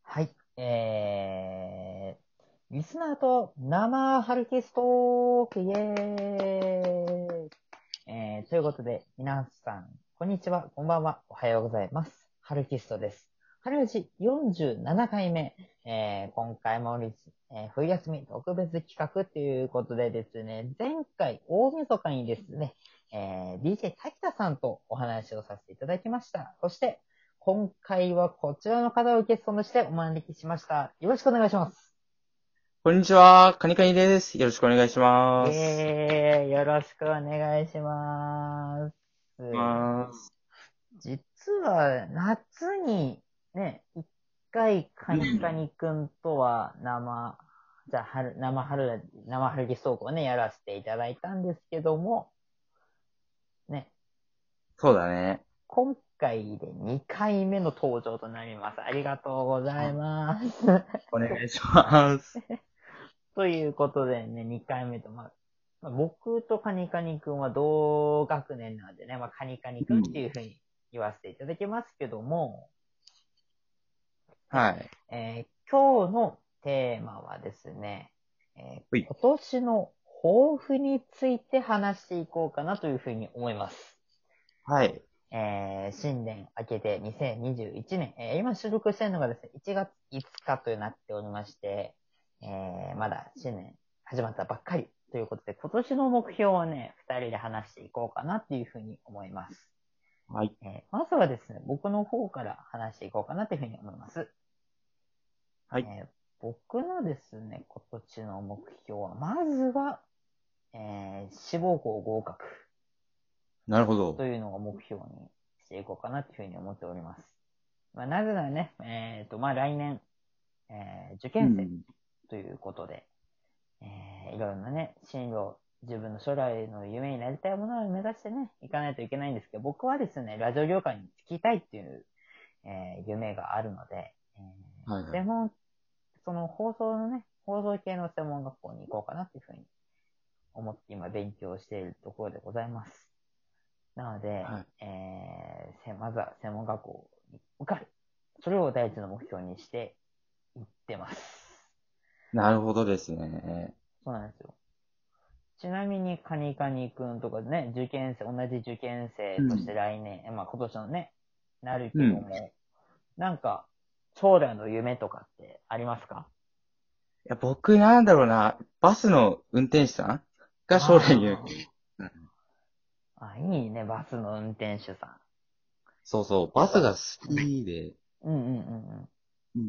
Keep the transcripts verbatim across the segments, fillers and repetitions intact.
はい。えー、リスナーと生ハルキストーク、イェーイ。えー、ということで、皆さん、こんにちは、こんばんは、おはようございます。ハルキストです。ハルジよんじゅうななかいめ、えー、今回も、えー、冬休み特別企画ということでですね、前回大晦日にですね、えー、ディージェー 滝田さんとお話をさせていただきました。そして、今回はこちらの方をゲストとしてお招きしました。よろしくお願いします。 こんにちは、カニカニです。よろしくお願いしイます。 エーイ、よろしくお願いします。 ます。 実は夏にね、一回カニカニくんとは生、じゃあ春、生春、生春着走行をね、やらせていただいたんですけども、ね、 そうだね。 今回でにかいめの登場となります。ありがとうございあ、 ます。 お願いします。 ということでね、にかいめと、まあ、まあ、僕とカニカニくんは同学年なんでね、まあ、カニカニくんってうん。 いうふうに言わせていただきますけども、ね、 はい。 えー今日のテーマはですね、えーほい。 今年の抱負について話していこうかなというふうに思います。 はい。 えー新年明けてにせんにじゅういちねん、えー今収録しているのがですね、いちがついつかとなっておりまして、えーまだ新年始まったばっかりということで、今年の目標をね、二人で話していこうかなっていうふうに思います。 はい。 えーまずはですね、僕の方から話していこうかなというふうに思います。 はい。 えー僕のですね、今年の目標は、まずは、えー志望校合格なるほど。 というのを目標にしていこうかなというふうに思っております。まあ、なぜならね、えっ、と、まあ、来年、えー受験生うん。 ということで、えーいろんなね、進路、自分の将来の夢になりたいものを目指してね、行かないといけないんですけど、僕はですね、ラジオ業界に就きたいっていう、えー夢があるので、えーはいはい。 専門、その放送のね、放送系の専門学校に行こうかなっていうふうに思って今勉強しているところでございます。なので、 はい。 えー、まずは専門学校に受かる。それを第一の目標にしていってます。 なるほどですね。 そうなんですよ。ちなみに、カニカニくんとかね、受験生、同じ受験生としてうん。 来年、まあ今年のね、なるうん。いけども、なんか、将来の夢とかってありますか？ や、僕なんだろうな、バスの運転手さんが将来に、 ああ、あ、いいね、バスの運転手さん。 そうそう、 やっぱ、 バスが好きで、 うん、うんうんうんうん。 うん。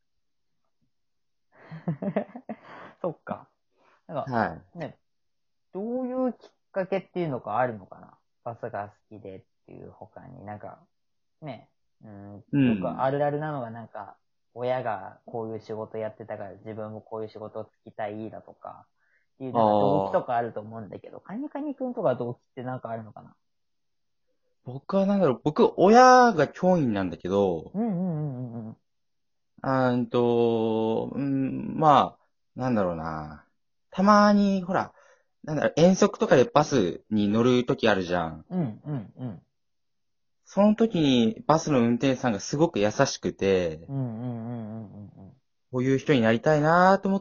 そっか。なんか、 はい。 ね、どういうきっかけっていうのがあるのかな？バスが好きでっていう他になんか、ね、うん、よくうん。 あるあるなのがなんか、親がこういう仕事やってたから自分もこういう仕事をつきたいだとか、っていうあなんか動機とかあ。 あると思うんだけど、カニカニくんとか動機ってなんかあるのかな？ 僕はなんだろう、僕、親が教員なんだけど、 うんうんうんうんうん。 あーんと、うん、まあ、なんだろうな。たまに、ほら、なんだろう、遠足とかでバスに乗るときあるじゃん。 うんうんうん。 その時にバスの運転手さんがすごく優しくて、 うんうんうんうんうんうん。 こういう人になりたいなと思って、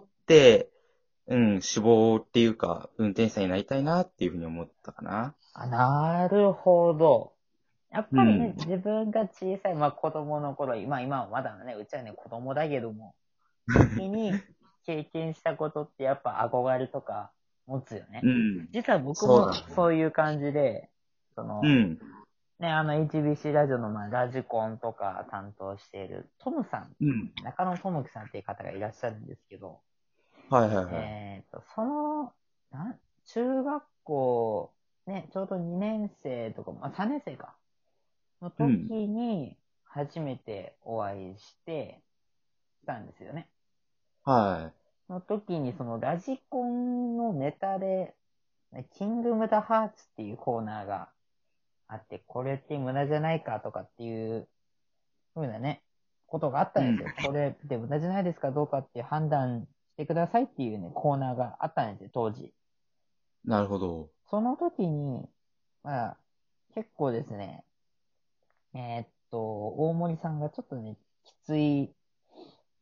うん、志望っていうか、運転手さんになりたいなっていうふうに思ったかな。 あ、なるほど。やっぱりね、 うん。 自分が小さい、まあ子供の頃、まあ今はまだね、うちはね、子供だけども、時に経験したことってやっぱ憧れとか持つよね。 うん。 実は僕もそうだね。 そういう感じで、その、 うん。 ね、あの エイチビーシー ラジオのまあラジコンとか担当しているトムさん、 うん。 中野智樹さんっていう方がいらっしゃるんですけど、 はいはいはい。 えっと、その、なん中学校、ね、ちょうどにねん生とか、まあさんねん生か、のうん。 時に初めてお会いしてたんですよね。 はの時にそのラジコンのネタで、キングムダハーツっていうコーナーがあって、これって無駄じゃないかとかっていう風なね、ことがあったい。うん。 んですよ。これって無駄じゃないですかどうかっていう判断してくださいっていうね、コーナーがあったんですよ、当時。 なるほど。 その時に、まあ、結構ですね、えーっと、大森さんがちょっとね、きつい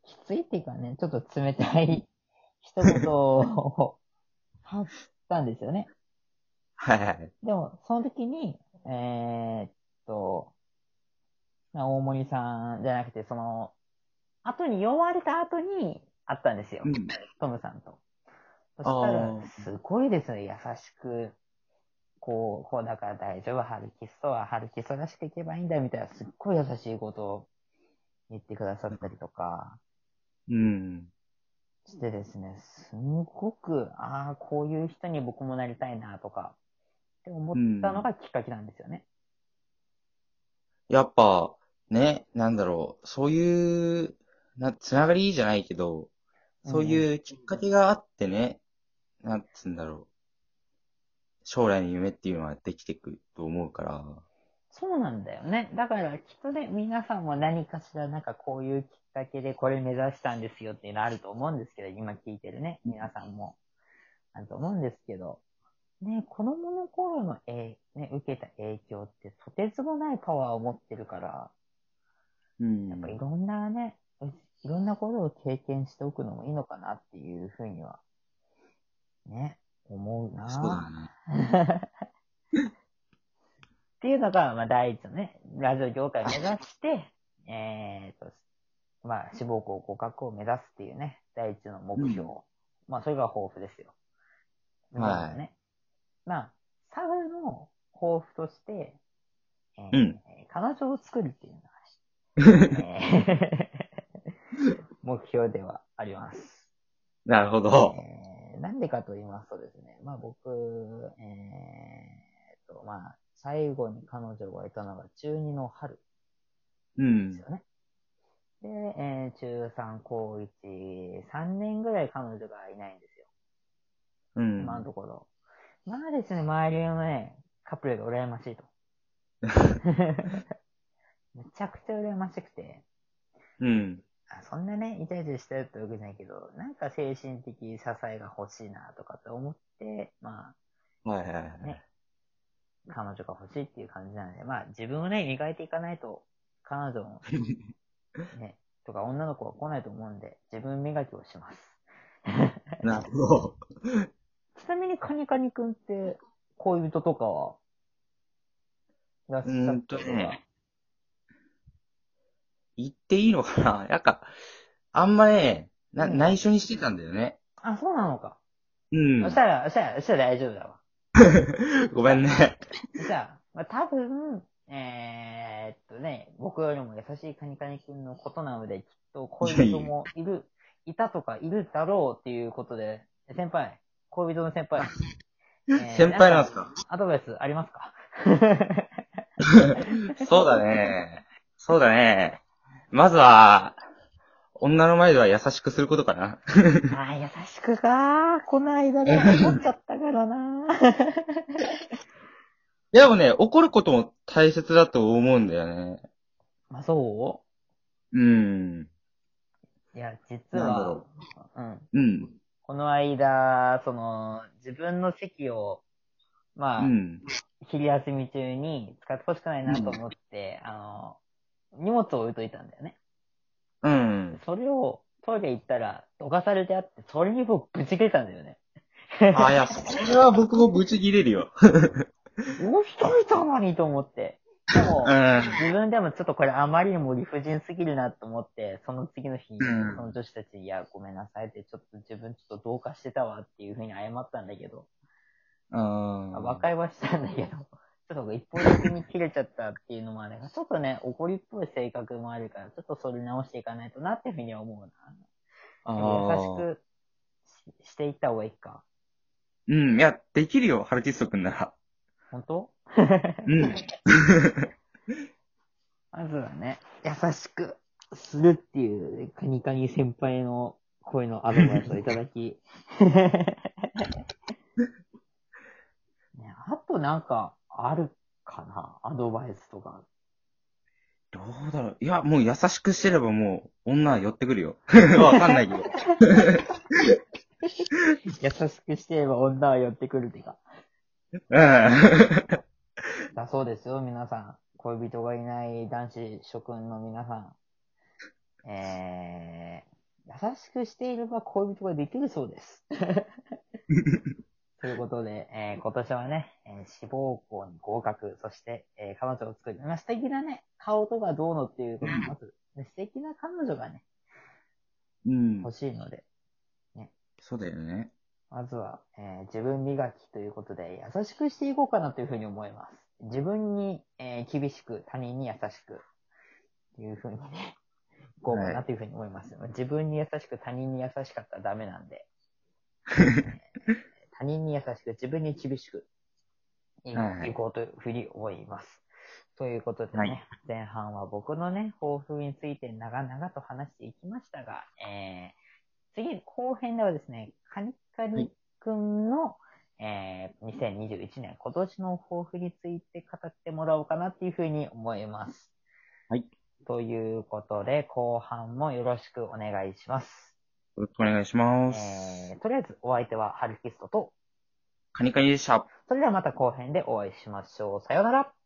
きついっていうかね、ちょっと冷たい一言を発したんですよね。 はいはい。 でも、その時に、えーっと、まあ大森さんじゃなくて、その、後に呼ばれた後に会ったんですよ。 うん。 トムさんと。そあしたら、 あ。 すごいですね、優しく、こう、こうだから大丈夫、春キストは春キストらしくいけばいいんだ、みたいな、すっごい優しいことを言ってくださったりとか、 うん。 してですね、すごく、ああ、こういう人に僕もなりたいな、とか、って思ったのうん。 がきっかけなんですよね。 やっぱ、ね、なんだろう、そういう、な、つながりじゃないけど、そううんうん。 いうきっかけがあってね、なんつうんだろう、将来の夢っていうのはできていくと思うから。 そうなんだよね。だからきっとね、皆さんも何かしらなんかこういうきっかけでこれ目指したんですよっていうのあると思うんですけど、今聞いてるね、皆さんもあると思うんですけど、ね、子供の頃の、えーね、受けた影響ってとてつもないパワーを持ってるから、 うん。 やっぱいろんなね、いろんなことを経験しておくのもいいのかなっていうふうには、ね、思うそうだなね。 っていうのが、まあ、第一のね、ラジオ業界を目指して、えーと、まあ、志望校合格を目指すっていうね、第一の目標。 うん。 まあ、それが抱負ですよ。でもはね、まあ、サブの抱負として、えい。うん。 ー、彼女を作るっていうのが、えー、目標ではあります。 なるほど。 えー、なんでかと言いますとですね、まあ僕、えーと、まあ、最後に彼女がいたのが中にの春うん。 ですよね。で、えー、中さん、高いち、さんねんぐらい彼女がいないんですよ。 うん。 今のところ。まあですね、周りのね、カップルが羨ましいと。めちゃくちゃ羨ましくて、 うん。 あそんなね、イチャイチャしてるってわけじゃないけど、なんか精神的支えが欲しいなとかって思って、まはいはいはあね、 い。 彼女が欲しいっていう感じなので、まあ自分をね、磨いていかないと、彼女もね、とか女の子は来ないと思うんで、自分磨きをします。 なるほど。 ちなみにカニカニくんって恋人とかはいらっうしゃっーんとたりとか。 ね、言っていいのかな。なんか、あんまね、な、 うん。 内緒にしてたんだよね。 あ、そうなのか。 うん。 そしたら、そしたら、そしたら大丈夫だわ。 ごじゃあ、 めんね。 じゃあ、まあ、多分、えー、っとね、僕よりも優しいカニカニくんのことなので、きっと恋人いやいや。 もいる、いたとかいるだろうっていうことで、先輩、恋人の先輩、えー、 先なんか、 輩なんですか？ アドバイスありますか？ そうだね。そうだね。まずは、女の前では優しくすることかな。 ああ、優しくか。この間ね、怒っちゃったからな。 でもね、怒ることも大切だと思うんだよね。 まあ、そうん。 ういや、実は、 なんだろうん。 う。うん。 この間、その、自分の席を、まあ、 うん。 昼休み中に使ってほしくないうん。 なと思って、あの、荷物を置いといたんだよね。 うん。 それをトイレ行ったら、どかされてあって、それに僕ぶち切れたんだよね。 あ、いや、それは僕もブチ切れるよ。 置いといたのにと思って。でうも、 ん。 自分でもちょっとこれあまりにも理不尽すぎるなと思って、その次の日、 うん。 その女子たちに、いや、ごめんなさいって、ちょっと自分ちょっとどうかしてたわっていうふうに謝ったんだけど、 うん。 和解はしたんだけど、ちょっと一方的に切れちゃったっていうのもあるから、ちょっとね、怒りっぽい性格もあるから、ちょっとそれ直していかないとなっていうふうには思うな。やっぱ優しああ。 くししていった方がいいか。 うん。いや、できるよ、ハルティスト君なら。 本当？ うん。 まずはね、優しくするっていう、カニカニ先輩の声のアドバイスをいただき。ね、あとなんか、あるかなアドバイスとか。 どうだろう。いや、もう優しくしてればもう、女は寄ってくるよ。わかんないけど。 優しくしてれば女は寄ってくるってか。 うん。 だそうですよ、皆さん。恋人がいない男子諸君の皆さん。え優しくしていれば恋人ができるそうです。ということで、えー、今年はね、えー、志望校に合格、そして、えー、彼女を作る。まあ、素敵なね、顔とかどうのっていうこと、まず、ね、素敵な彼女がね、 うん。 欲しいので、ね。 そうだよね。 まずは、えー、自分磨きということで、優しくしていこうかなというふうに思います。自分に、えー、厳しく、他人に優しく、というふうにね、いこうかなというふうに思います。はい、自分に優しく、他人に優しかったらダメなんで、えー、他人に優しく、自分に厳しく、いこうというふうに思います。ということでね、はい、前半は僕のね、抱負について長々と話していきましたが、えー、次、後編ではですね、カニカニくんの、はい、えー、にせんにじゅういちねん、今年の抱負について語ってもらおうかなっていうふうに思います。 はい。 ということで、後半もよろしくお願いします。 よろしくお願いします。 えー、とりあえずお相手はハルキストと、 カニカニでした。 それではまた後編でお会いしましょう。さようなら。